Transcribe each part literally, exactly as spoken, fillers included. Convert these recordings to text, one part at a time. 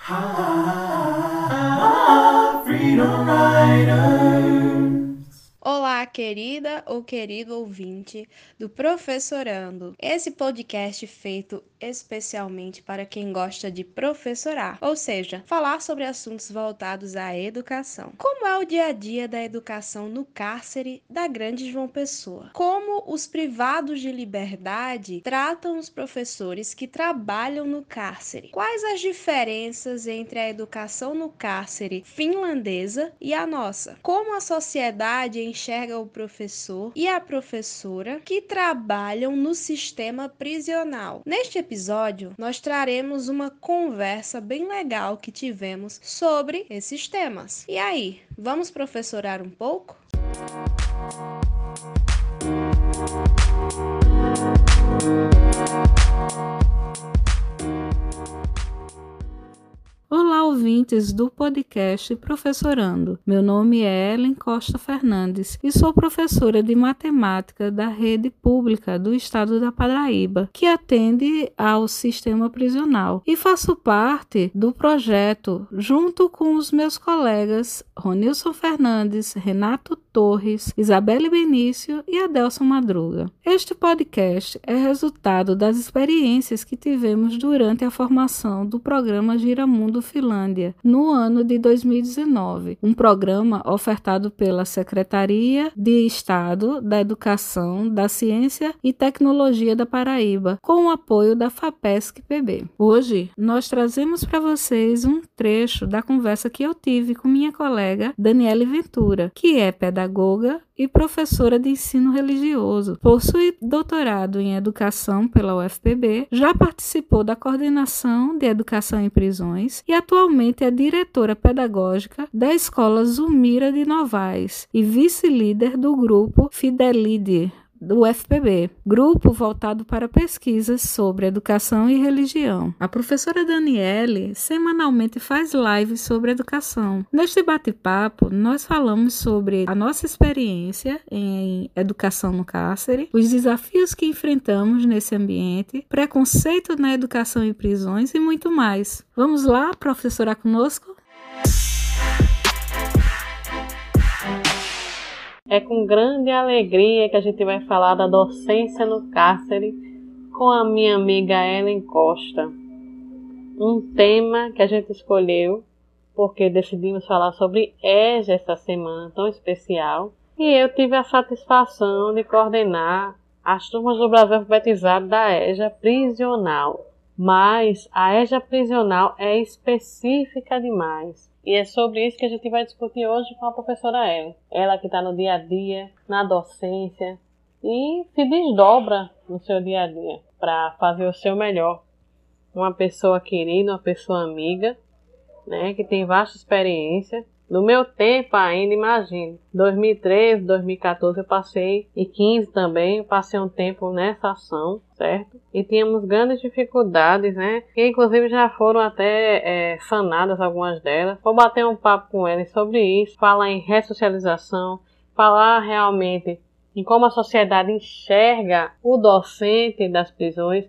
Freedom Riders. Olá, querida ou querido ouvinte do Professorando, esse podcast feito especialmente para quem gosta de professorar, ou seja, falar sobre assuntos voltados à educação. Como é o dia a dia da educação no cárcere da Grande João Pessoa? Como os privados de liberdade tratam os professores que trabalham no cárcere? Quais as diferenças entre a educação no cárcere finlandesa e a nossa? Como a sociedade enxerga o professor e a professora que trabalham no sistema prisional? Neste episódio, nós traremos uma conversa bem legal que tivemos sobre esses temas. E aí, vamos professorar um pouco? Olá, ouvintes do podcast Professorando. Meu nome é Ellen Costa Fernandes e sou professora de matemática da rede pública do estado da Paraíba, que atende ao sistema prisional, e faço parte do projeto junto com os meus colegas Ronilson Fernandes, Renato Torres, Isabelle Benício e Adelson Madruga. Este podcast é resultado das experiências que tivemos durante a formação do programa Giramundo Finlândia, no ano de dois mil e dezenove, um programa ofertado pela Secretaria de Estado da Educação, da Ciência e Tecnologia da Paraíba, com o apoio da FAPESC-P B. Hoje, nós trazemos para vocês um trecho da conversa que eu tive com minha colega Daniele Ventura, que é pedagoga e professora de ensino religioso, possui doutorado em educação pela U F P B, já participou da coordenação de educação em prisões e atualmente é diretora pedagógica da Escola Zumira de Novaes e vice-líder do grupo Fidelide do U F P B, grupo voltado para pesquisas sobre educação e religião. A professora Daniele semanalmente faz lives sobre educação. Neste bate-papo, nós falamos sobre a nossa experiência em educação no cárcere, os desafios que enfrentamos nesse ambiente, preconceito na educação em prisões e muito mais. Vamos lá, professora, conosco? É com grande alegria que a gente vai falar da docência no cárcere com a minha amiga Ellen Costa. Um tema que a gente escolheu porque decidimos falar sobre E J A essa semana tão especial. E eu tive a satisfação de coordenar as turmas do Brasil alfabetizado da E J A prisional. Mas a E J A prisional é específica demais. E é sobre isso que a gente vai discutir hoje com a professora Ellen. Ela que está no dia a dia, na docência e se desdobra no seu dia a dia para fazer o seu melhor. Uma pessoa querida, uma pessoa amiga, né, que tem vasta experiência. No meu tempo ainda, imagine, dois mil e treze, dois mil e quatorze eu passei, e quinze também, eu passei um tempo nessa ação, certo? E tínhamos grandes dificuldades, né? Que inclusive já foram até é, sanadas algumas delas. Vou bater um papo com eles sobre isso, falar em ressocialização, falar realmente em como a sociedade enxerga o docente das prisões.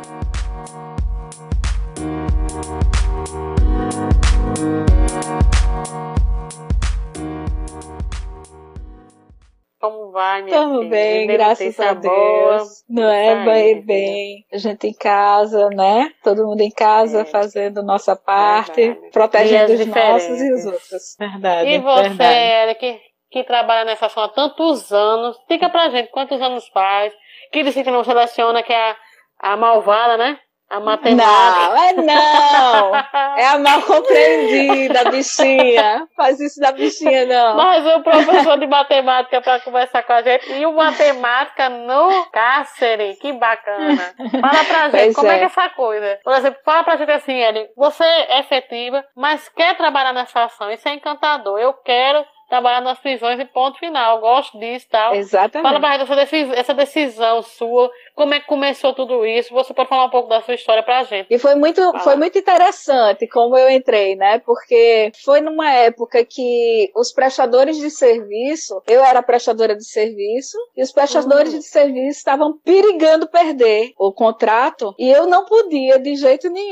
Como vai, minha Tamo filha? bem, Bem, graças a Deus. boa. Não é? Aí, Vai minha bem. A gente em casa, né? Todo mundo em casa, É. fazendo nossa parte, Verdade. protegendo Dias os nossos e os diferentes. outros. Verdade, E você, verdade. Ellen, que, que trabalha nessa ação há tantos anos, diga pra gente quantos anos faz, que disse que não seleciona, que é a, a malvada, né? A matemática. Não, é não! É a mal compreendida, a bichinha. Faz isso da bichinha, não. Mas o professor de matemática para conversar com a gente. E o matemática no cárcere. Que bacana. Fala pra gente, Pois como é. é. que é essa coisa? Por exemplo, fala pra gente assim, Ellen, você é efetiva, mas quer trabalhar nessa ação. Isso é encantador. Eu quero trabalhar nas prisões e ponto final. Eu gosto disso e tal. Exatamente. Fala pra gente essa decisão, essa decisão sua. Como é que começou tudo isso? Você pode falar um pouco da sua história pra gente? E foi muito, Fala. foi muito interessante como eu entrei, né? Porque foi numa época que os prestadores de serviço, eu era prestadora de serviço, e os prestadores Hum. de serviço estavam perigando perder o contrato, e eu não podia de jeito nenhum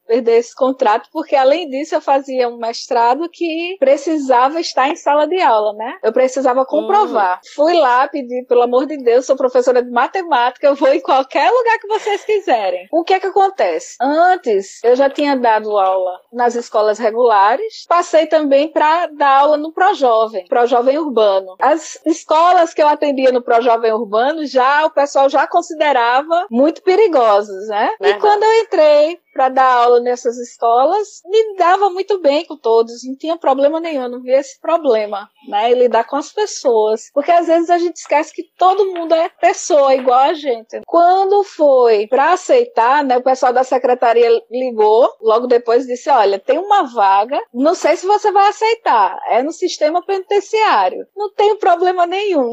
perder esse contrato, porque além disso eu fazia um mestrado que precisava estar em sala de aula, né? Eu precisava comprovar. Hum. Fui lá pedir, pelo amor de Deus, sou professora de matemática, eu vou em qualquer lugar que vocês quiserem. O que é que acontece? Antes, eu já tinha dado aula nas escolas regulares, passei também para dar aula no Projovem, Projovem Urbano. As escolas que eu atendia no Projovem Urbano, já o pessoal já considerava muito perigosas, né? Uhum. E quando eu entrei para dar aula nessas escolas, me dava muito bem com todos, não tinha problema nenhum, não via esse problema, né, e lidar com as pessoas, porque às vezes a gente esquece que todo mundo é pessoa, igual a gente. Quando foi para aceitar, né, o pessoal da secretaria ligou, logo depois disse, olha, tem uma vaga, não sei se você vai aceitar, é no sistema penitenciário, não tem problema nenhum.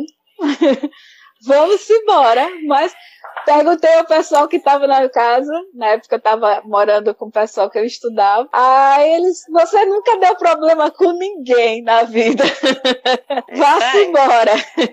Vamos embora, mas perguntei ao pessoal que estava na casa, na época eu estava morando com o pessoal que eu estudava, aí eles, você nunca deu problema com ninguém na vida, vá-se embora.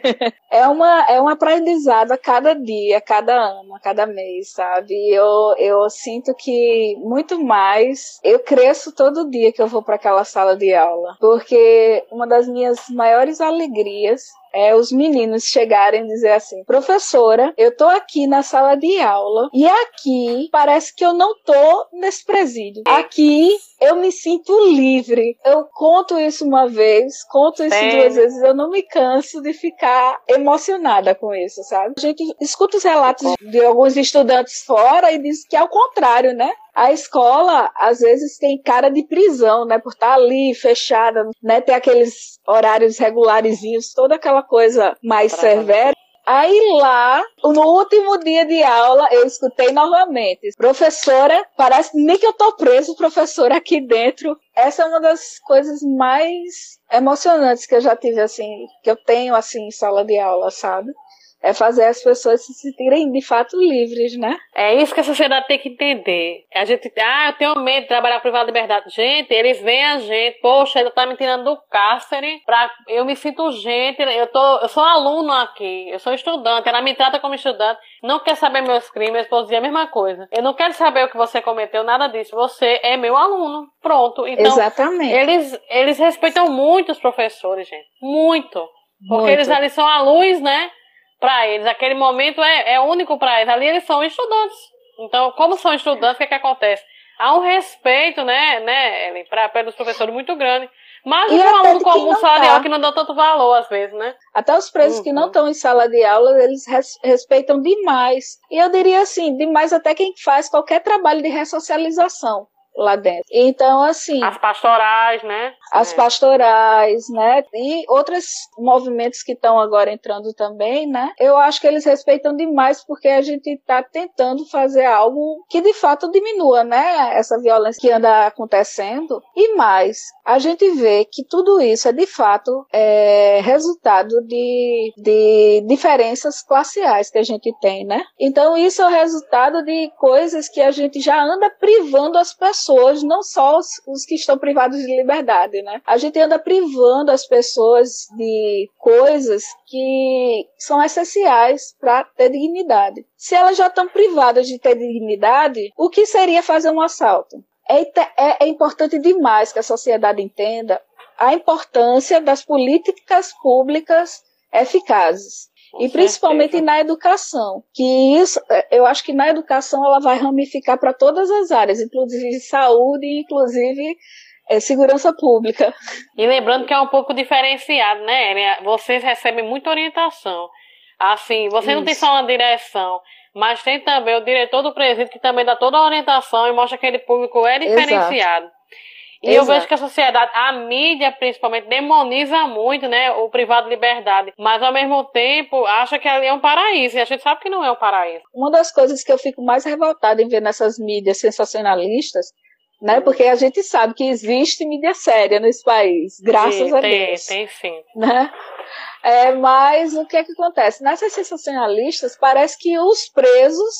É, uma, é um aprendizado a cada dia, a cada ano, a cada mês, sabe? Eu, eu sinto que muito mais, eu cresço todo dia que eu vou para aquela sala de aula, porque uma das minhas maiores alegrias é os meninos chegarem e dizer assim, professora, eu tô aqui na sala de aula e aqui parece que eu não tô nesse presídio. Aqui eu me sinto livre. Eu conto isso uma vez, conto isso é. duas vezes, eu não me canso de ficar emocionada com isso, sabe? A gente escuta os relatos de alguns estudantes fora e diz que é o contrário, né? A escola, às vezes, tem cara de prisão, né? Por estar ali, fechada, né? Ter aqueles horários regularizinhos, toda aquela coisa mais severa. Aí lá, no último dia de aula, eu escutei novamente. Professora, parece nem que eu tô preso, professora, aqui dentro. Essa é uma das coisas mais emocionantes que eu já tive, assim, que eu tenho, assim, em sala de aula, sabe? É fazer as pessoas se sentirem de fato livres, né? É isso que a sociedade tem que entender. A gente, ah, eu tenho medo de trabalhar privado de liberdade. Gente, eles veem a gente, poxa, ele tá me tirando do cárcere, pra, eu me sinto gente, eu, tô, eu sou aluno aqui, eu sou estudante, ela me trata como estudante, não quer saber meus crimes, eu esposo dizia a mesma coisa. Eu não quero saber o que você cometeu, nada disso, você é meu aluno, pronto. Então, exatamente. Eles, eles respeitam muito os professores, gente, muito. Porque muito. Eles ali são a luz, né? Para eles, aquele momento é, é único para eles. Ali eles são estudantes. Então, como são estudantes, o que é que acontece? Há um respeito, né, né, Ellen, para pelos professores muito grande. Mas um aluno comum, sala de aula, que não dá tanto valor, às vezes, né? Até os presos uhum. que não estão em sala de aula, eles res, respeitam demais. E eu diria assim, demais até quem faz qualquer trabalho de ressocialização lá dentro. Então, assim... As pastorais, né? As é. pastorais, né? E outros movimentos que estão agora entrando também, né? Eu acho que eles respeitam demais porque a gente está tentando fazer algo que, de fato, diminua, né? Essa violência que anda acontecendo. E mais, a gente vê que tudo isso é, de fato, é resultado de, de diferenças classiais que a gente tem, né? Então, isso é o resultado de coisas que a gente já anda privando as pessoas. Pessoas, não só os, os que estão privados de liberdade, né? A gente anda privando as pessoas de coisas que são essenciais para ter dignidade. Se elas já estão privadas de ter dignidade, o que seria fazer um assalto? É, é, é importante demais que a sociedade entenda a importância das políticas públicas eficazes. E principalmente na educação, que isso, eu acho que na educação ela vai ramificar para todas as áreas, inclusive saúde e inclusive é, segurança pública. E lembrando que é um pouco diferenciado, né? Vocês recebem muita orientação. Assim, você isso. não tem só uma direção, mas tem também o diretor do presídio que também dá toda a orientação e mostra que aquele público é diferenciado. Exato. E Exato. eu vejo que a sociedade, a mídia principalmente, demoniza muito, né, o privado de liberdade. Mas, ao mesmo tempo, acha que ali é um paraíso. E a gente sabe que não é um paraíso. Uma das coisas que eu fico mais revoltada em ver nessas mídias sensacionalistas, né, porque a gente sabe que existe mídia séria nesse país, graças sim, a tem, Deus. Tem, sim. Né? É, mas o que é que acontece? Nessas sensacionalistas, parece que os presos...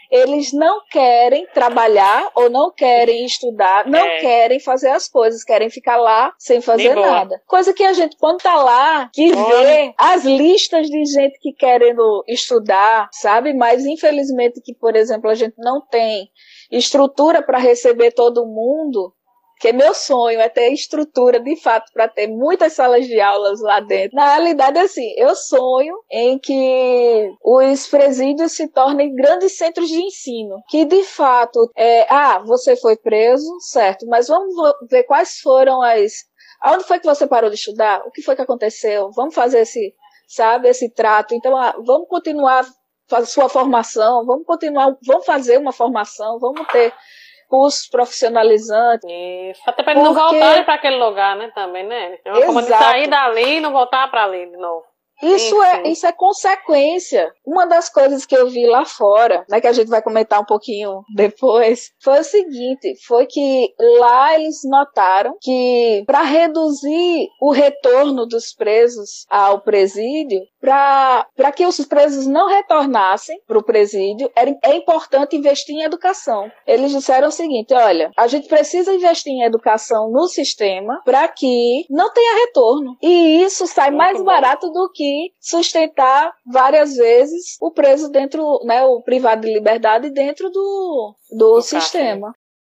eles não querem trabalhar ou não querem estudar, não É. querem fazer as coisas, querem ficar lá sem fazer De boa. nada. Coisa que a gente, quando tá lá, que vê as listas de gente que querendo estudar, sabe? Mas infelizmente que, por exemplo, a gente não tem estrutura para receber todo mundo. Porque meu sonho é ter estrutura, de fato, para ter muitas salas de aulas lá dentro. Na realidade, assim, eu sonho em que os presídios se tornem grandes centros de ensino. Que, de fato, é, ah, você foi preso, certo, mas vamos ver quais foram as... Aonde foi que você parou de estudar? O que foi que aconteceu? Vamos fazer esse, sabe, esse trato. Então, ah, vamos continuar a sua formação, vamos continuar, vamos fazer uma formação, vamos ter cursos profissionalizantes. Isso. Até para eles não Porque- voltarem para aquele lugar, né? Também, né? É uma forma de Exato. sair dali e não voltar para ali de novo. Isso é, Enfim. isso é consequência. Uma das coisas que eu vi lá fora, né, que a gente vai comentar um pouquinho depois, foi o seguinte, foi que lá eles notaram que para reduzir o retorno dos presos ao presídio, para que os presos não retornassem para o presídio, era, é importante investir em educação. Eles disseram o seguinte, olha, a gente precisa investir em educação no sistema para que não tenha retorno. E isso sai Muito mais bom. barato do que sustentar várias vezes o preso dentro, né, o privado de liberdade dentro do, do Do sistema.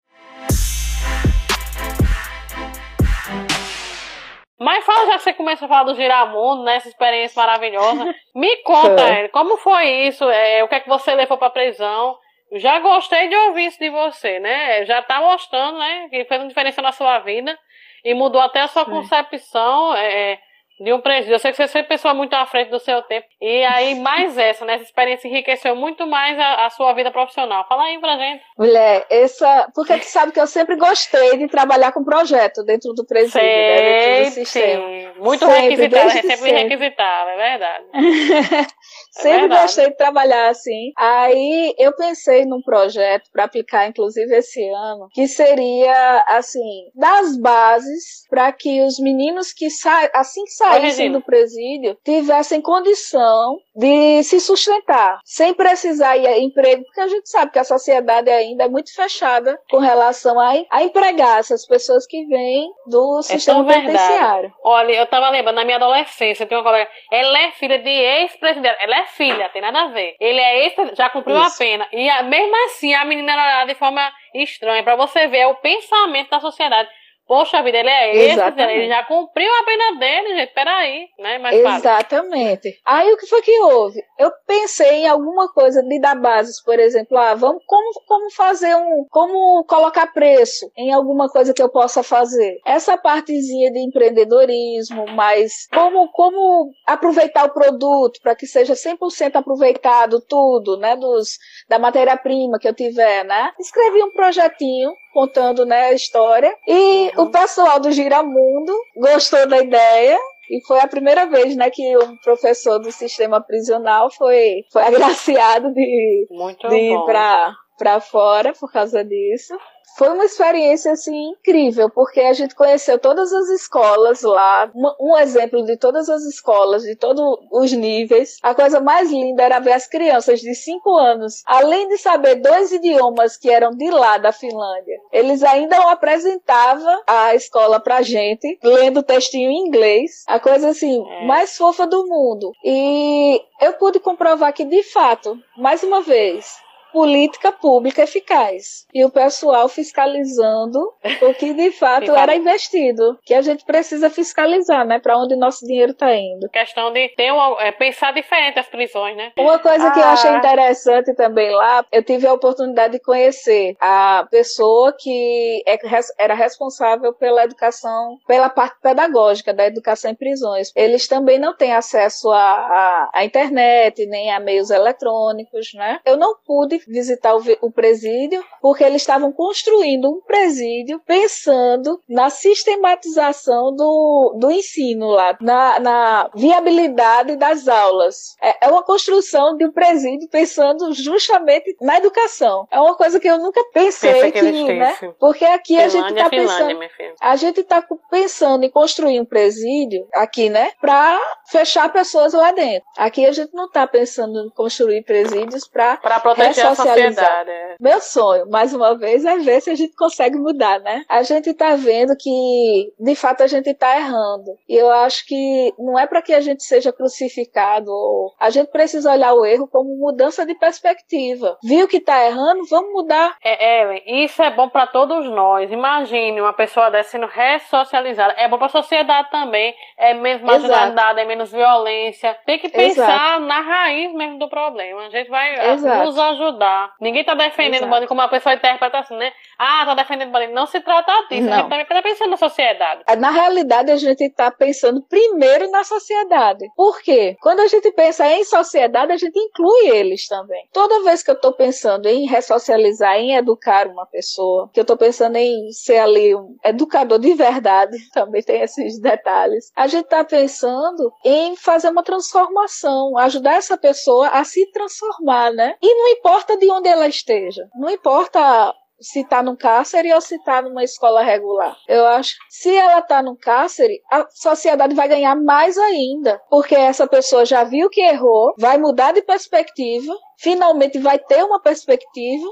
Mas fala, já que você começou a falar do Giramundo, né? Essa experiência maravilhosa. Me conta, É. Ellen, como foi isso? É, o que é que você levou pra prisão? Eu já gostei de ouvir isso de você, né? Já tá mostrando, né? Que fez uma diferença na sua vida e mudou até a sua Sim. concepção é, de um presídio. Eu sei que você sempre pensou muito à frente do seu tempo. E aí, mais essa, né? Essa experiência enriqueceu muito mais a, a sua vida profissional. Fala aí pra gente. Mulher, essa. Porque tu sabe que eu sempre gostei de trabalhar com projeto dentro do presídio, né, dentro do Sei, sistema. sim. Muito Sempre, requisitado, é desde sempre sempre. requisitado, é verdade. Sempre verdade. gostei de trabalhar assim. Aí eu pensei num projeto para aplicar, inclusive esse ano, que seria assim, das bases para que os meninos que sa assim que saíssem Regina. do presídio tivessem condição de se sustentar, sem precisar ir a emprego, porque a gente sabe que a sociedade ainda é muito fechada com relação a, a empregar essas pessoas que vêm do sistema tão verdade. penitenciário. Olha, eu tava lembrando, na minha adolescência, eu tenho uma colega, ela é filha de ex-presidente, ela é filha, tem nada a ver. Ele é ex já cumpriu Isso. a pena. E a, mesmo assim, a menina era olhada de forma estranha, pra você ver, é o pensamento da sociedade. Poxa vida, ele é ex, Exatamente. ele já cumpriu a pena dele, gente, peraí, né? Mas fala. Exatamente. Aí o que foi que houve? Eu pensei em alguma coisa de dar bases, por exemplo, ah, vamos como, como fazer um, como colocar preço em alguma coisa que eu possa fazer. Essa partezinha de empreendedorismo, mas como, como aproveitar o produto para que seja cem por cento aproveitado tudo, né, dos, da matéria-prima que eu tiver, né? Escrevi um projetinho contando, né, a história e o pessoal do Giramundo gostou da ideia. E foi a primeira vez, né, que um professor do sistema prisional foi, foi agraciado de, Muito de ir bom. para para fora por causa disso. Foi uma experiência, assim, incrível, porque a gente conheceu todas as escolas lá, um, um exemplo de todas as escolas, de todos os níveis. A coisa mais linda era ver as crianças de cinco anos, além de saber dois idiomas que eram de lá, da Finlândia, eles ainda apresentavam a escola pra gente, lendo textinho em inglês, a coisa, assim, É. mais fofa do mundo. E eu pude comprovar que, de fato, mais uma vez, política pública eficaz. E o pessoal fiscalizando o que de fato Sim, era investido. Que a gente precisa fiscalizar, né? Para onde nosso dinheiro está indo. Questão de ter uma, é, pensar diferente as prisões, né? Uma coisa que eu Ah. achei interessante também lá, eu tive a oportunidade de conhecer a pessoa que é res- era responsável pela educação, pela parte pedagógica da educação em prisões. Eles também não têm acesso à à- à internet, nem a meios eletrônicos, né? Eu não pude visitar o, vi- o presídio, porque eles estavam construindo um presídio pensando na sistematização do, do ensino lá, na, na viabilidade das aulas. É, é uma construção de um presídio pensando justamente na educação. É uma coisa que eu nunca pensei Pensei que que, existisse. né? Porque aqui a gente Finlândia, está Finlândia, pensando. minha filha. A gente está pensando em construir um presídio aqui, né? Para fechar pessoas lá dentro. Aqui a gente não está pensando em construir presídios para Pra proteger as ressocializar. É. Meu sonho, mais uma vez, é ver se a gente consegue mudar, né? A gente tá vendo que, de fato, a gente tá errando. E eu acho que não é para que a gente seja crucificado. Ou... A gente precisa olhar o erro como mudança de perspectiva. Viu que tá errando? Vamos mudar. É, Ellen, isso é bom para todos nós. Imagine uma pessoa dessa sendo ressocializada. É bom para a sociedade também. É menos marginalidade, é menos violência. Tem que pensar Exato. na raiz mesmo do problema. A gente vai Exato. nos ajudar. Ninguém tá defendendo o bandido como a pessoa interpreta assim, né? Ah, tá defendendo o bandido. Não se trata disso. Não. A gente também tá pensando na sociedade. Na realidade, a gente tá pensando primeiro na sociedade. Por quê? Quando a gente pensa em sociedade, a gente inclui eles também. Toda vez que eu tô pensando em ressocializar, em educar uma pessoa, que eu tô pensando em ser ali um educador de verdade, também tem esses detalhes, a gente tá pensando em fazer uma transformação, ajudar essa pessoa a se transformar, né? E não importa de onde ela esteja, não importa se está num cárcere ou se está numa escola regular. Eu acho que se ela está num cárcere, a sociedade vai ganhar mais ainda, porque essa pessoa já viu que errou, vai mudar de perspectiva, finalmente vai ter uma perspectiva.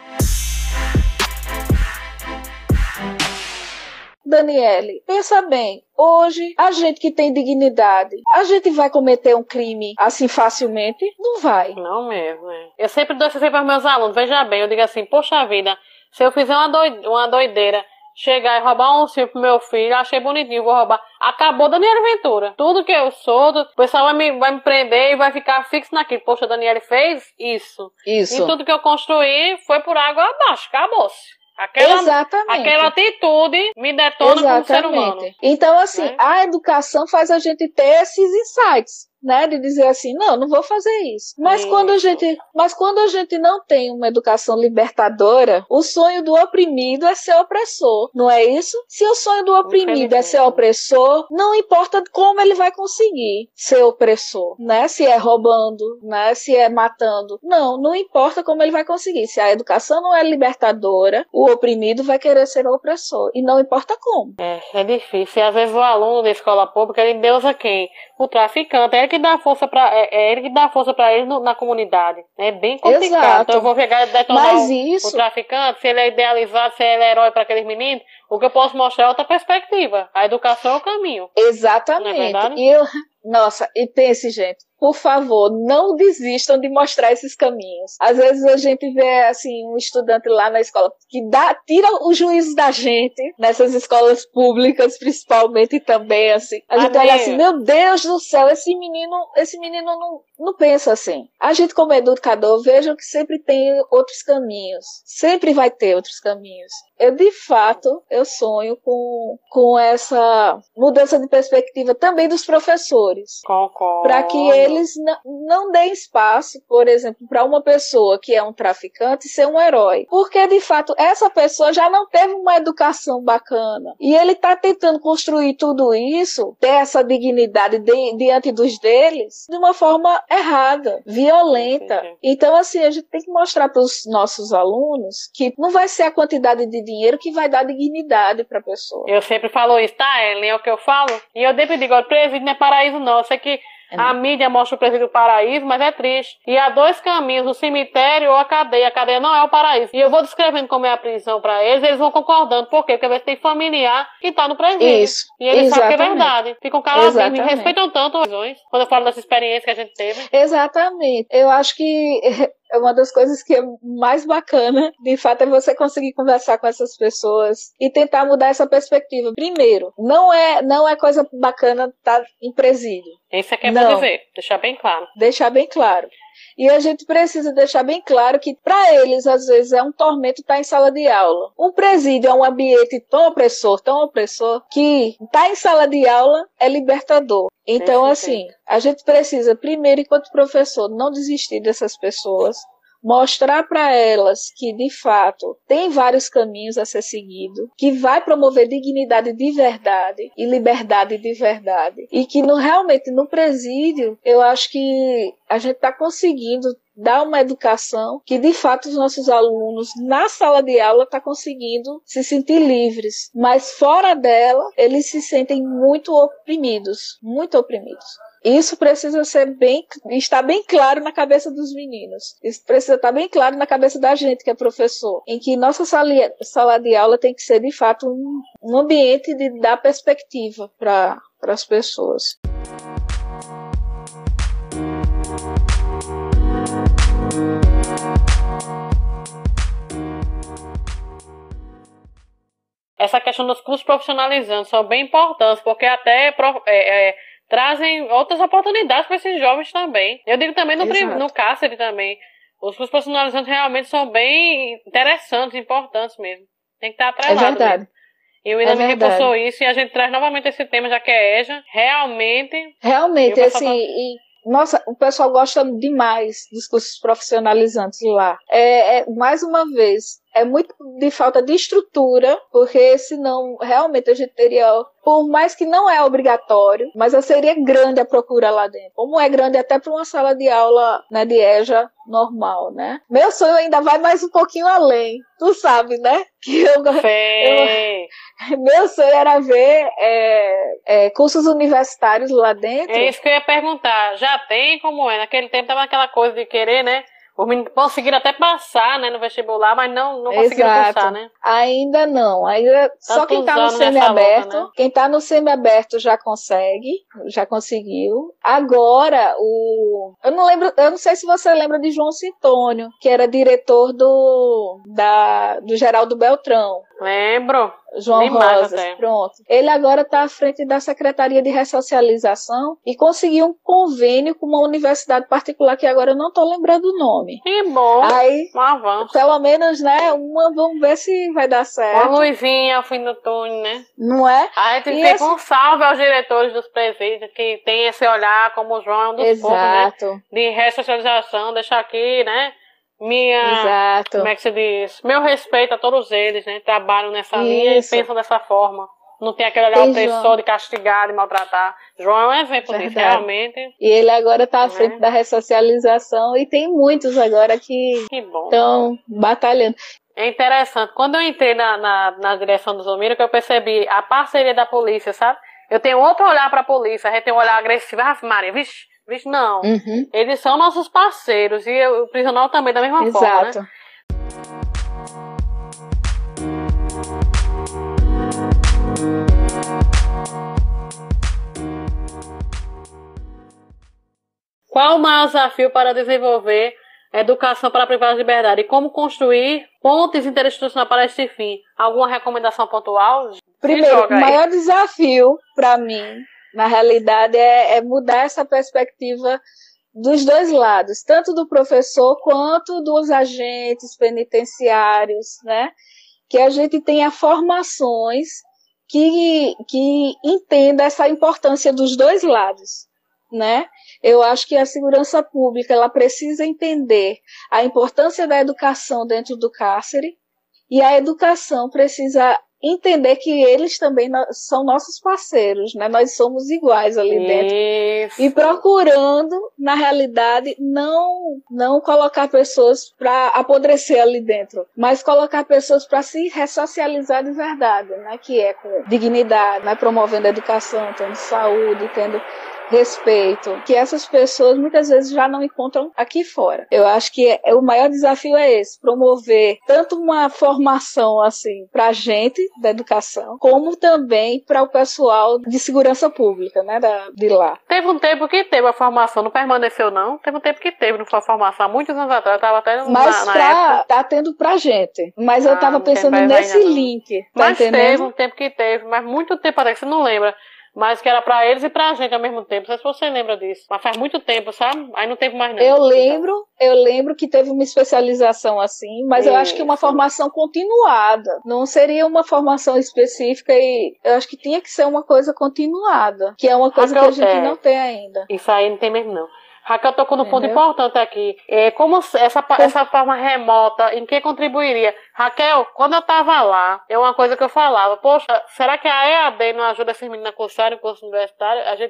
Daniele, pensa bem, hoje a gente que tem dignidade, a gente vai cometer um crime assim facilmente? Não vai. Não mesmo, é. Eu sempre dou esse exemplo aos meus alunos, veja bem, eu digo assim, poxa vida, se eu fizer uma, doide, uma doideira, chegar e roubar um ursinho pro meu filho, achei bonitinho, vou roubar, acabou Daniele Ventura. Tudo que eu sou, o pessoal vai me, vai me prender e vai ficar fixo naquilo. Poxa, Daniele fez isso. Isso. E tudo que eu construí foi por água abaixo, acabou-se. Aquela, Exatamente. aquela atitude me detona como ser humano. Então, assim, né? A educação faz a gente ter esses insights, né? De dizer assim, não, não vou fazer isso. Mas isso. quando a gente, mas quando a gente não tem uma educação libertadora, o sonho do oprimido é ser opressor, não é isso? Se o sonho do oprimido é ser opressor, não importa como ele vai conseguir ser opressor, né? Se é roubando, né? Se é matando. Não, não importa como ele vai conseguir. Se a educação não é libertadora, o oprimido vai querer ser opressor. E não importa como. É, é difícil. E às vezes o aluno da escola pública, ele deusa quem? O traficante. É ele que dá força pra, é, é ele que dá força pra ele no, na comunidade. É bem complicado. Exato. Então eu vou pegar e detonar Mas o, isso... o traficante, se ele é idealizado, se ele é herói para aqueles meninos, o que eu posso mostrar é outra perspectiva. A educação é o caminho. Exatamente. Não é verdade? E eu... Nossa, e pense, gente, por favor, não desistam de mostrar esses caminhos. Às vezes a gente vê, assim, um estudante lá na escola que dá, tira o juízo da gente, nessas escolas públicas, principalmente também, assim. A gente olha assim, meu Deus do céu, esse menino, esse menino não, não pensa assim. A gente, como educador, vejam que sempre tem outros caminhos. Sempre vai ter outros caminhos. Eu, de fato, eu sonho com, com essa mudança de perspectiva também dos professores. Concordo. Para que eles não, não deem espaço, por exemplo, para uma pessoa que é um traficante ser um herói. Porque, de fato, essa pessoa já não teve uma educação bacana. E ele está tentando construir tudo isso, ter essa dignidade de, diante dos deles, de uma forma errada, violenta. Entendi. Então, assim, a gente tem que mostrar para os nossos alunos que não vai ser a quantidade de dinheiro que vai dar dignidade para a pessoa. Eu sempre falo isso, tá, Ellen? É o que eu falo. E eu sempre digo, o presídio não é paraíso, não. Eu sei que é a mídia mostra o presídio do paraíso, mas é triste. E há dois caminhos, o cemitério ou a cadeia. A cadeia não é o paraíso. E eu vou descrevendo como é a prisão para eles, eles vão concordando. Por quê? Porque às vezes tem familiar que tá no presídio. Isso. E eles Exatamente. sabem que é verdade. Ficam caladinhos, me Exatamente. respeitam tanto as visões, quando eu falo dessa experiência que a gente teve. Exatamente. Eu acho que é uma das coisas que é mais bacana, de fato, é você conseguir conversar com essas pessoas e tentar mudar essa perspectiva. Primeiro, não é, não é coisa bacana estar em presídio. Isso é que é não. bom dizer, deixar bem claro. Deixar bem claro. E a gente precisa deixar bem claro que, para eles, às vezes, é um tormento estar em sala de aula. Um presídio é um ambiente tão opressor, tão opressor, que estar em sala de aula é libertador. Então, assim, a gente precisa, primeiro, enquanto professor, não desistir dessas pessoas, mostrar para elas que, de fato, tem vários caminhos a ser seguido, que vai promover dignidade de verdade e liberdade de verdade. E que no, realmente no presídio, eu acho que a gente está conseguindo dar uma educação que, de fato, os nossos alunos na sala de aula estão conseguindo se sentir livres. Mas fora dela, eles se sentem muito oprimidos, muito oprimidos. Isso precisa ser bem, estar bem claro na cabeça dos meninos. Isso precisa estar bem claro na cabeça da gente que é professor, em que nossa sala, sala de aula tem que ser, de fato, um, um ambiente de dar perspectiva para as pessoas. Essa questão dos cursos profissionalizantes são bem importantes, porque até é, é, trazem outras oportunidades para esses jovens também. Eu digo também no, no Cáceres também. Os cursos profissionalizantes realmente são bem interessantes, importantes mesmo. Tem que estar atrelado. É verdade. Mesmo. Eu ainda é me reforçou isso e a gente traz novamente esse tema, já que é EJA. Realmente... Realmente, assim... Tá... E... Nossa, o pessoal gosta demais dos cursos profissionalizantes lá. É, é, mais uma vez, é muito de falta de estrutura, porque senão realmente a gente teria, por mais que não é obrigatório, mas seria grande a procura lá dentro. Como é grande até para uma sala de aula, né, de EJA normal, né? Meu sonho ainda vai mais um pouquinho além. Tu sabe, né? Que eu, eu, meu sonho era ver é, é, cursos universitários lá dentro. É isso que eu ia perguntar. Já tem como é? Naquele tempo tava aquela coisa de querer, né? Os meninos conseguiram até passar, né, no vestibular, mas não, não conseguiram Exato. passar, né? Ainda não. Ainda, só quem está no semiaberto, né? Quem está no semiaberto já consegue, já conseguiu. Agora, o... eu não lembro, eu não sei se você lembra de João Cintônio, que era diretor do, da, do Geraldo Beltrão. Lembro. João Rosas, pronto. Ele agora está à frente da Secretaria de Ressocialização e conseguiu um convênio com uma universidade particular que agora eu não estou lembrando o nome. Que bom. Aí, um avanço. Pelo menos, né, uma, vamos ver se vai dar certo. Uma luzinha ao fim do túnel, né? Não é? Aí tem que esse... um salve aos diretores dos presídios que tem esse olhar, como o João é um dos Exato. poucos, né? De ressocialização, deixar aqui, né? Minha, Exato. Como é que se diz? Meu respeito a todos eles, né? Trabalham nessa Isso. linha e pensam dessa forma. Não tem aquele olhar opressor de castigar, de maltratar. João é um exemplo Verdade. disso, realmente. E ele agora está à é. frente da ressocialização e tem muitos agora que estão batalhando. É interessante. Quando eu entrei na, na, na direção do Zomiro, que eu percebi a parceria da polícia, sabe? Eu tenho outro olhar para a polícia, a gente tem um olhar agressivo. Ah, Maria, vixe. Vixe, não. Uhum. Eles são nossos parceiros. E o prisional também, da mesma Exato. forma, né? Qual o maior desafio para desenvolver a educação para a privada liberdade? E como construir pontes interinstitucionais para este fim? Alguma recomendação pontual? Primeiro, o maior desafio para mim, na realidade, é, é mudar essa perspectiva dos dois lados, tanto do professor quanto dos agentes penitenciários, né? Que a gente tenha formações que, que entenda essa importância dos dois lados, né? Eu acho que a segurança pública ela precisa entender a importância da educação dentro do cárcere e a educação precisa entender que eles também são nossos parceiros, né? Nós somos iguais ali dentro. Isso. E procurando, na realidade, não, não colocar pessoas para apodrecer ali dentro, mas colocar pessoas para se ressocializar de verdade, né? Que é com dignidade, né? Promovendo a educação, tendo saúde, tendo respeito, que essas pessoas muitas vezes já não encontram aqui fora. Eu acho que é, é, o maior desafio é esse, promover tanto uma formação assim para a gente da educação, como também para o pessoal de segurança pública, né, da, de lá. Teve um tempo que teve a formação, não permaneceu não? Teve um tempo que teve, não foi a formação, há muitos anos atrás, estava até no, Mas na, pra, na época. Tá tendo pra gente, mas ah, eu tava pensando nesse link, tá mas entendendo? Teve um tempo que teve, mas muito tempo até que você não lembra. Mas que era pra eles e pra gente ao mesmo tempo. Não sei se você lembra disso. Mas faz muito tempo, sabe? Aí não teve mais não. Eu lembro, eu lembro que teve uma especialização assim, mas Isso. eu acho que uma formação continuada. Não seria uma formação específica e eu acho que tinha que ser uma coisa continuada. Que é uma coisa Raquel, que a gente é. não tem ainda. Isso aí não tem mesmo não. Raquel tocou no ponto importante aqui. É, como essa, essa forma remota, em que contribuiria? Raquel, quando eu tava lá, é uma coisa que eu falava, poxa, será que a E A D não ajuda esses meninos a cursarem o curso universitário? A gente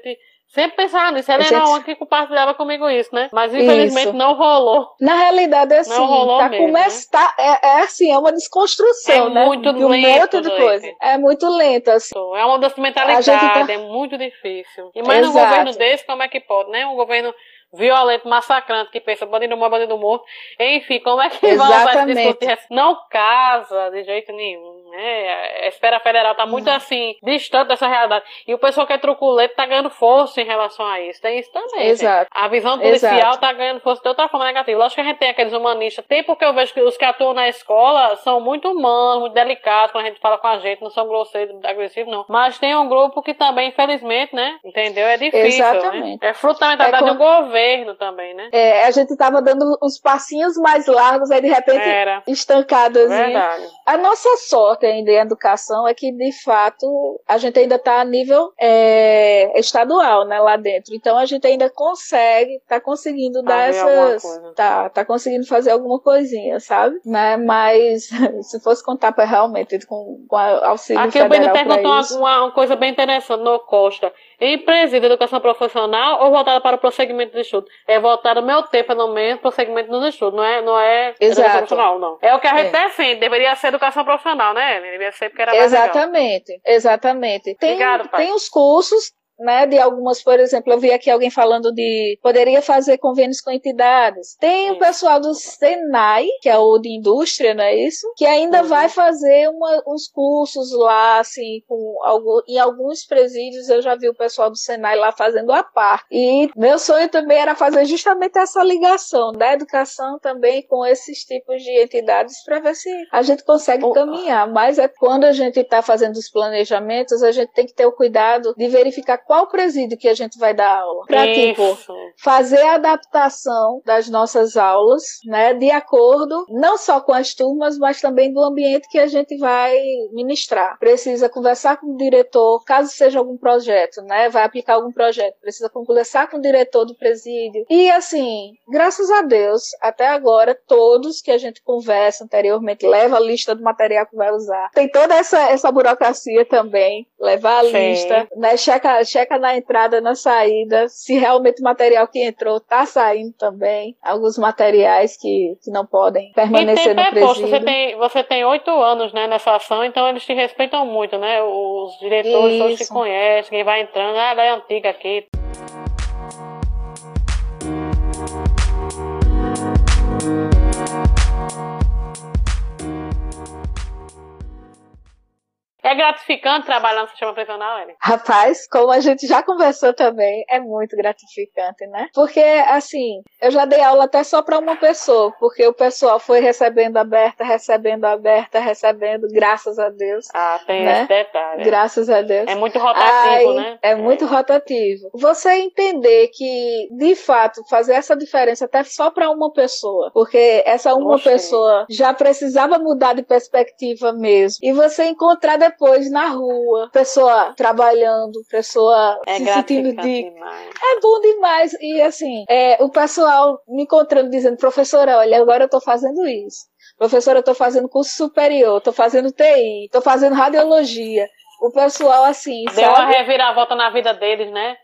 Sempre pensava nisso. Ela gente... era uma que compartilhava comigo isso, né? Mas infelizmente isso. não rolou. Na realidade é assim, não rolou tá mesmo, come... né? tá, é, é assim, é uma desconstrução, é né? Muito de um lento, monte de coisa. É muito lento, assim. É uma mudança de mentalidade, tá... é muito difícil. E mais num governo desse, como é que pode, né? Um governo violento, massacrante, que pensa bandido morto, bandido morto. Enfim, como é que vai usar esse discurso? Não casa de jeito nenhum, né? A esfera federal tá muito, não. assim, distante dessa realidade. E o pessoal que é truculento tá ganhando força em relação a isso. Tem isso também. Exato. Gente. A visão policial Exato. tá ganhando força de outra forma negativa. Lógico que a gente tem aqueles humanistas. Tem porque eu vejo que os que atuam na escola são muito humanos, muito delicados quando a gente fala com a gente, não são grosseiros, agressivos, não. Mas tem um grupo que também, infelizmente, né? Entendeu? É difícil. Exatamente. Né? É fruto da mentalidade é com... do governo. Também, né? É, a gente tava dando uns passinhos mais largos, aí de repente Era. estancado assim. Verdade. A nossa sorte ainda em educação é que, de fato, a gente ainda tá a nível é, estadual, né, lá dentro. Então a gente ainda consegue, tá conseguindo dar essas. Tá, tá conseguindo fazer alguma coisinha, sabe? Né? Mas se fosse contar pra realmente com, com auxílio Aqui federal. Aqui o Bento perguntou uma, uma coisa bem interessante no Costa. Empresa de educação profissional ou voltada para o prosseguimento do estudo? É voltada o meu tempo, pelo menos, prosseguimento dos estudos. Não é, não é educação profissional, não. É o que a gente é. defende. Deveria ser educação profissional, né? Deveria ser porque era mais Exatamente, legal. Exatamente. Tem, Obrigado, pai. Tem os cursos, né, de algumas, por exemplo, eu vi aqui alguém falando de poderia fazer convênios com entidades. Tem isso. O pessoal do Senai, que é o de indústria, não é isso? Que ainda uhum. vai fazer uma, uns cursos lá, assim, com algo, em alguns presídios eu já vi o pessoal do Senai lá fazendo a parte. E meu sonho também era fazer justamente essa ligação da educação também com esses tipos de entidades para ver se a gente consegue oh. caminhar. Mas é quando a gente está fazendo os planejamentos, a gente tem que ter o cuidado de verificar qual presídio que a gente vai dar aula. Para, tipo, fazer a adaptação das nossas aulas, né, de acordo, não só com as turmas, mas também do ambiente que a gente vai ministrar. Precisa conversar com o diretor, caso seja algum projeto, né, vai aplicar algum projeto, precisa conversar com o diretor do presídio. E, assim, graças a Deus, até agora, todos que a gente conversa anteriormente, leva a lista do material que vai usar. Tem toda essa, essa burocracia também, levar a Sim. lista, né, checa checa na entrada, na saída, se realmente o material que entrou está saindo também. Alguns materiais que, que não podem permanecer no presídio. Você tem, você tem oito anos, né, nessa ação, então eles te respeitam muito, né? Os diretores todos te conhecem, quem vai entrando, ah, ela é antiga aqui. É gratificante trabalhar no sistema prisional, Ellen? Rapaz, como a gente já conversou também, é muito gratificante, né? Porque, assim, eu já dei aula até só para uma pessoa, porque o pessoal foi recebendo aberta, recebendo aberta, recebendo, graças a Deus. Ah, tem né? esse detalhe. Graças a Deus. É muito rotativo, Aí, né? É muito é. rotativo. Você entender que, de fato, fazer essa diferença até só para uma pessoa, porque essa uma Oxê. pessoa já precisava mudar de perspectiva mesmo. E você encontrar depois depois na rua, pessoa trabalhando, pessoa é se sentindo de... demais. É bom demais. E assim, é, o pessoal me encontrando dizendo, professora, olha, agora eu tô fazendo isso. Professora, eu tô fazendo curso superior, tô fazendo T I, tô fazendo radiologia. O pessoal assim, Deu sabe? uma reviravolta na vida deles, né?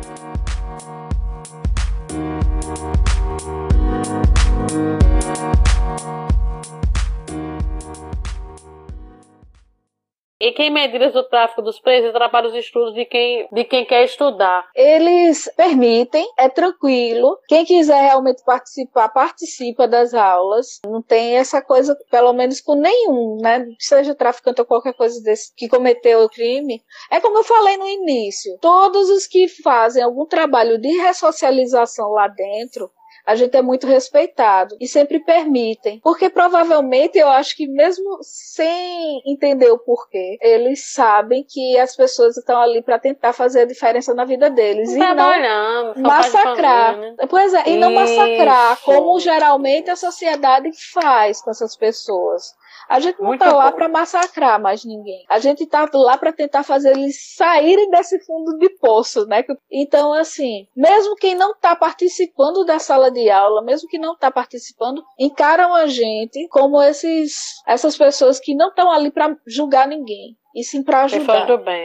E quem medidas do tráfico dos presos atrapalha os estudos de quem, de quem quer estudar? Eles permitem, é tranquilo. Quem quiser realmente participar, participa das aulas. Não tem essa coisa, pelo menos com nenhum, né? Seja traficante ou qualquer coisa desse que cometeu o crime. É como eu falei no início. Todos os que fazem algum trabalho de ressocialização lá dentro, a gente é muito respeitado e sempre permitem, porque provavelmente eu acho que mesmo sem entender o porquê, eles sabem que as pessoas estão ali para tentar fazer a diferença na vida deles e não massacrar. Família, né? Pois é, e não massacrar como geralmente a sociedade faz com essas pessoas. A gente não está lá para massacrar mais ninguém. A gente está lá para tentar fazer eles saírem desse fundo de poço, né? Então, assim, mesmo quem não está participando da sala de aula, mesmo que não está participando, encaram a gente como esses, essas pessoas que não estão ali para julgar ninguém. E sim para ajudar. Pessoas do bem, é.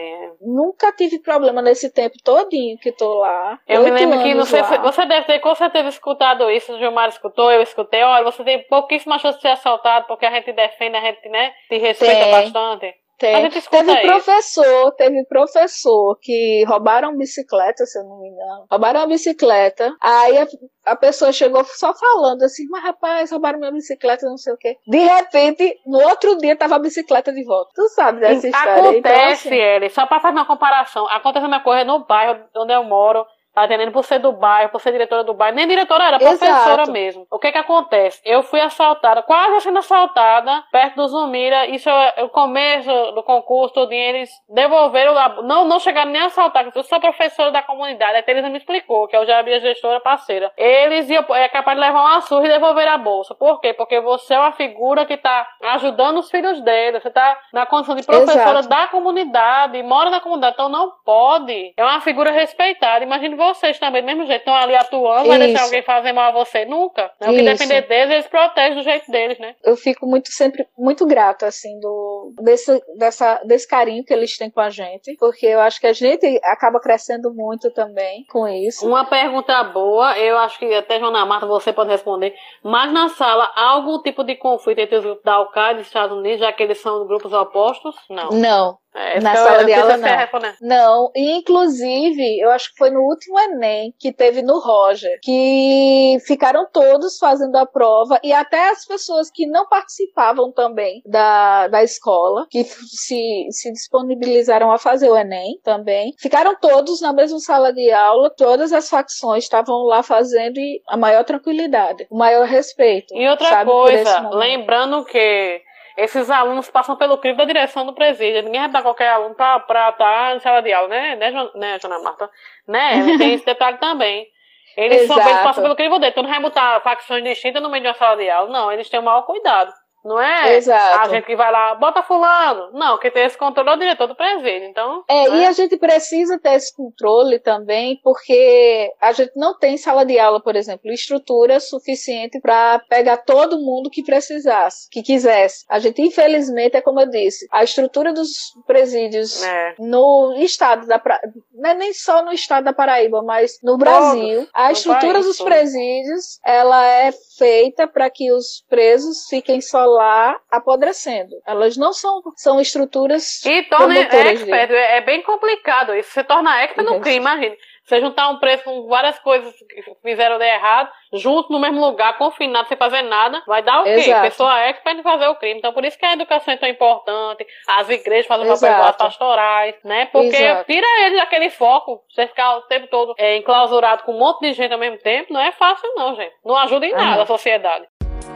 nunca tive problema nesse tempo todinho que tô lá. Eu me lembro que, não anos sei lá. se você deve ter, com certeza, escutado isso, o Gilmar escutou, eu escutei. Olha, você tem pouquíssima chance de ser assaltado, porque a gente defende, a gente, né, te respeita Tem. bastante. A Tem. gente escuta Teve isso. professor, teve professor que roubaram bicicleta, se eu não me engano. Roubaram a bicicleta, aí a, a pessoa chegou só falando assim, mas rapaz, roubaram minha bicicleta, não sei o quê. De repente, no outro dia tava a bicicleta de volta. Tu sabe dessa história? Acontece, Então, assim, ele, só pra fazer uma comparação, acontece uma coisa no bairro onde eu moro. Tá entendendo? Por ser do bairro, por ser diretora do bairro. Nem diretora era, professora Exato. mesmo. O que que acontece? Eu fui assaltada, quase sendo assaltada, perto do Zumira. Isso é o começo do concurso, todo dia eles devolveram lá. Não, não chegaram nem a assaltar, porque eu sou professora da comunidade. A Teresa me explicou, que eu já vi a gestora parceira. Eles iam, é capaz de levar uma surra e devolver a bolsa. Por quê? Porque você é uma figura que tá ajudando os filhos deles. Você tá na condição de professora Exato. da comunidade, mora na comunidade. Então não pode. É uma figura respeitada. Imagine vocês também, do mesmo jeito, estão ali atuando, vai deixar Isso. alguém fazer mal a você? Nunca. É o que Isso. defender deles, eles protegem do jeito deles, né? eu fico muito sempre muito grata assim do desse dessa desse carinho que eles têm com a gente, porque eu acho que a gente acaba crescendo muito também com isso. Uma pergunta boa, eu acho que até Joana Marta você pode responder, mas na sala há algum tipo de conflito entre os grupos da Al-Qaeda e dos Estados Unidos, já que eles são grupos opostos? Não. Não. É, Na eu, sala eu de aula, não. Responder. Não, e inclusive, eu acho que foi no último Enem que teve no Roger, que ficaram todos fazendo a prova, e até as pessoas que não participavam também da, da escola, que se, se disponibilizaram a fazer o Enem também, ficaram todos na mesma sala de aula, todas as facções estavam lá fazendo, e a maior tranquilidade, o maior respeito. E outra sabe, por esse coisa, momento. lembrando que esses alunos passam pelo crivo da direção do presídio. Ninguém vai dar qualquer aluno pra estar em sala de aula, né, né, Jo- né Joana Marta? Né? Tem esse detalhe também. Eles, são, eles Exato. passam pelo crivo dele. Tu não vai botar facções distintas no meio de uma sala de aula. Não, eles têm o maior cuidado. Não é Exato. a gente que vai lá, bota fulano. Não, quem tem esse controle é o diretor do presídio. Então, É, né? e a gente precisa ter esse controle também, porque a gente não tem sala de aula, por exemplo, estrutura suficiente para pegar todo mundo que precisasse, que quisesse. A gente, infelizmente, é como eu disse, a estrutura dos presídios É. no estado da Paraíba, não é nem só no estado da Paraíba, mas no Brasil, a no estrutura país dos todo. presídios, ela é feita para que os presos fiquem só lá apodrecendo. Elas não são, são estruturas E torna promotoras de- expert, é é bem complicado isso. Você torna expert no Uhum. crime, imagina. Você juntar um preso com várias coisas que fizeram de errado, junto no mesmo lugar, confinado, sem fazer nada, vai dar o quê? Exato. Pessoa expert em fazer o crime. Então, por isso que a educação é tão importante, as igrejas fazem o papel Exato. igual as pastorais, né? Porque Exato. tira eles daquele foco, você ficar o tempo todo é, enclausurado com um monte de gente ao mesmo tempo, não é fácil não, gente. Não ajuda em Ah, nada não. a sociedade.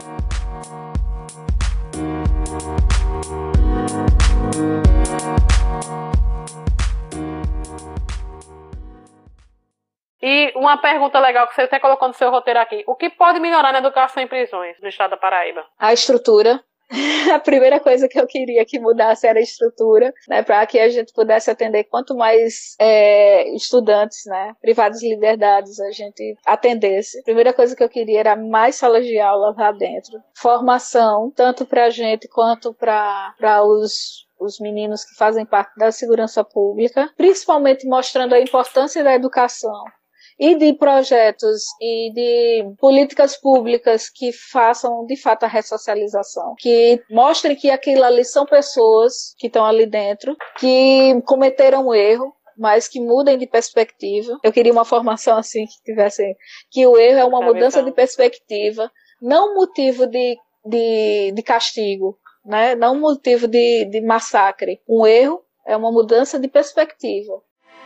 E uma pergunta legal que você até colocou no seu roteiro aqui. O que pode melhorar na educação em prisões no estado da Paraíba? A estrutura. A primeira coisa que eu queria que mudasse era a estrutura, né, para que a gente pudesse atender quanto mais é, estudantes, né, privados de liberdades a gente atendesse. A primeira coisa que eu queria era mais salas de aula lá dentro. Formação, tanto para a gente quanto para os os meninos que fazem parte da segurança pública, principalmente mostrando a importância da educação e de projetos e de políticas públicas que façam de fato a ressocialização, que mostrem que aquilo ali são pessoas que estão ali dentro, que cometeram um erro, mas que mudem de perspectiva. Eu queria uma formação assim, que tivesse, que o erro é uma É mudança verdade. de perspectiva, não motivo de, de, de castigo, né? Não motivo de, de massacre. Um erro é uma mudança de perspectiva.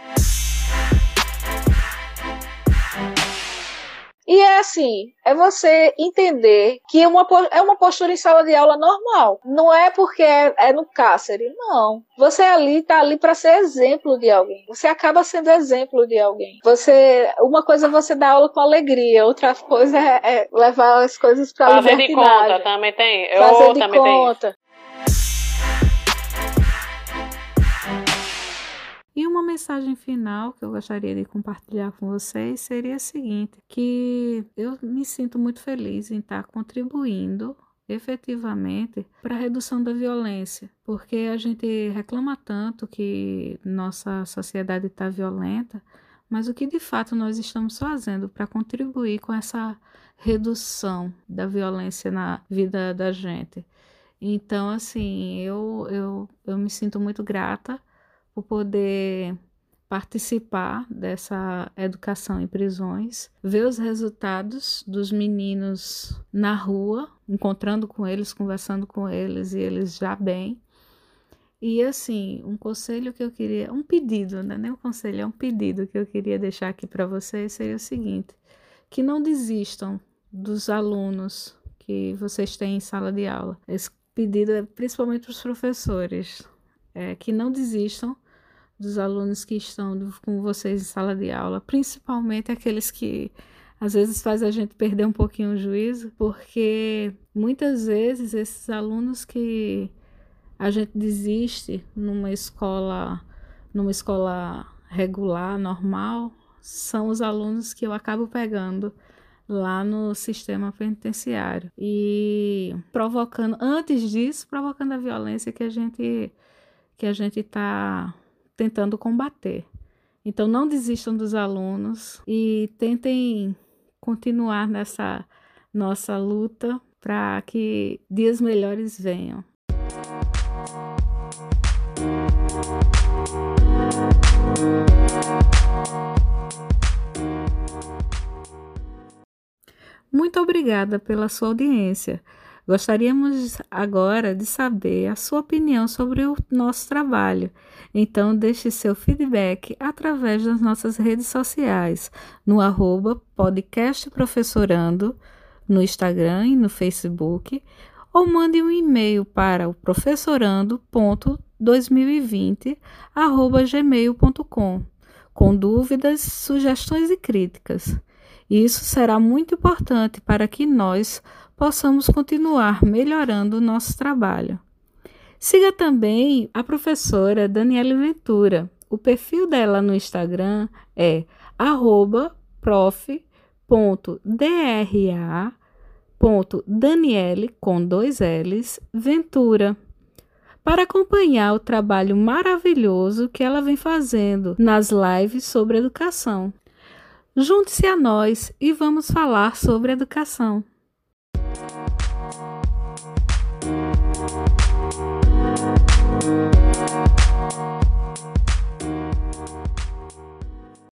E é assim, é você entender que uma, é uma postura em sala de aula normal. Não é porque é, é no cárcere, não. Você ali está ali para ser exemplo de alguém. Você acaba sendo exemplo de alguém. Você, uma coisa é você dar aula com alegria, outra coisa é, é levar as coisas para a Fazer de libertinagem. conta também tem. Eu Fazer de também tenho. conta. E uma mensagem final que eu gostaria de compartilhar com vocês seria a seguinte, que eu me sinto muito feliz em estar contribuindo efetivamente para a redução da violência, porque a gente reclama tanto que nossa sociedade está violenta, mas o que de fato nós estamos fazendo para contribuir com essa redução da violência na vida da gente? Então, assim, eu, eu, eu me sinto muito grata por poder participar dessa educação em prisões, ver os resultados dos meninos na rua, encontrando com eles, conversando com eles e eles já bem. E assim, um conselho que eu queria, um pedido, não é nem um conselho, é um pedido que eu queria deixar aqui para vocês seria o seguinte: que não desistam dos alunos que vocês têm em sala de aula. Esse pedido é principalmente para os professores, é, que não desistam dos alunos que estão com vocês em sala de aula, principalmente aqueles que às vezes faz a gente perder um pouquinho o juízo, porque muitas vezes esses alunos que a gente desiste numa escola, numa escola regular, normal, são os alunos que eu acabo pegando lá no sistema penitenciário e provocando, antes disso, provocando a violência que a gente que a gente está tentando combater. Então, não desistam dos alunos e tentem continuar nessa nossa luta para que dias melhores venham. Muito obrigada pela sua audiência. Gostaríamos agora de saber a sua opinião sobre o nosso trabalho. Então, deixe seu feedback através das nossas redes sociais, no arroba podcast professorando, no Instagram e no Facebook, ou mande um e-mail para o professorando ponto dois mil e vinte arroba gmail ponto com com dúvidas, sugestões e críticas. Isso será muito importante para que nós possamos continuar melhorando o nosso trabalho. Siga também a professora Daniele Ventura. O perfil dela no Instagram é arroba prof ponto dra ponto daniele com dois L's Ventura, para acompanhar o trabalho maravilhoso que ela vem fazendo nas lives sobre educação. Junte-se a nós e vamos falar sobre educação.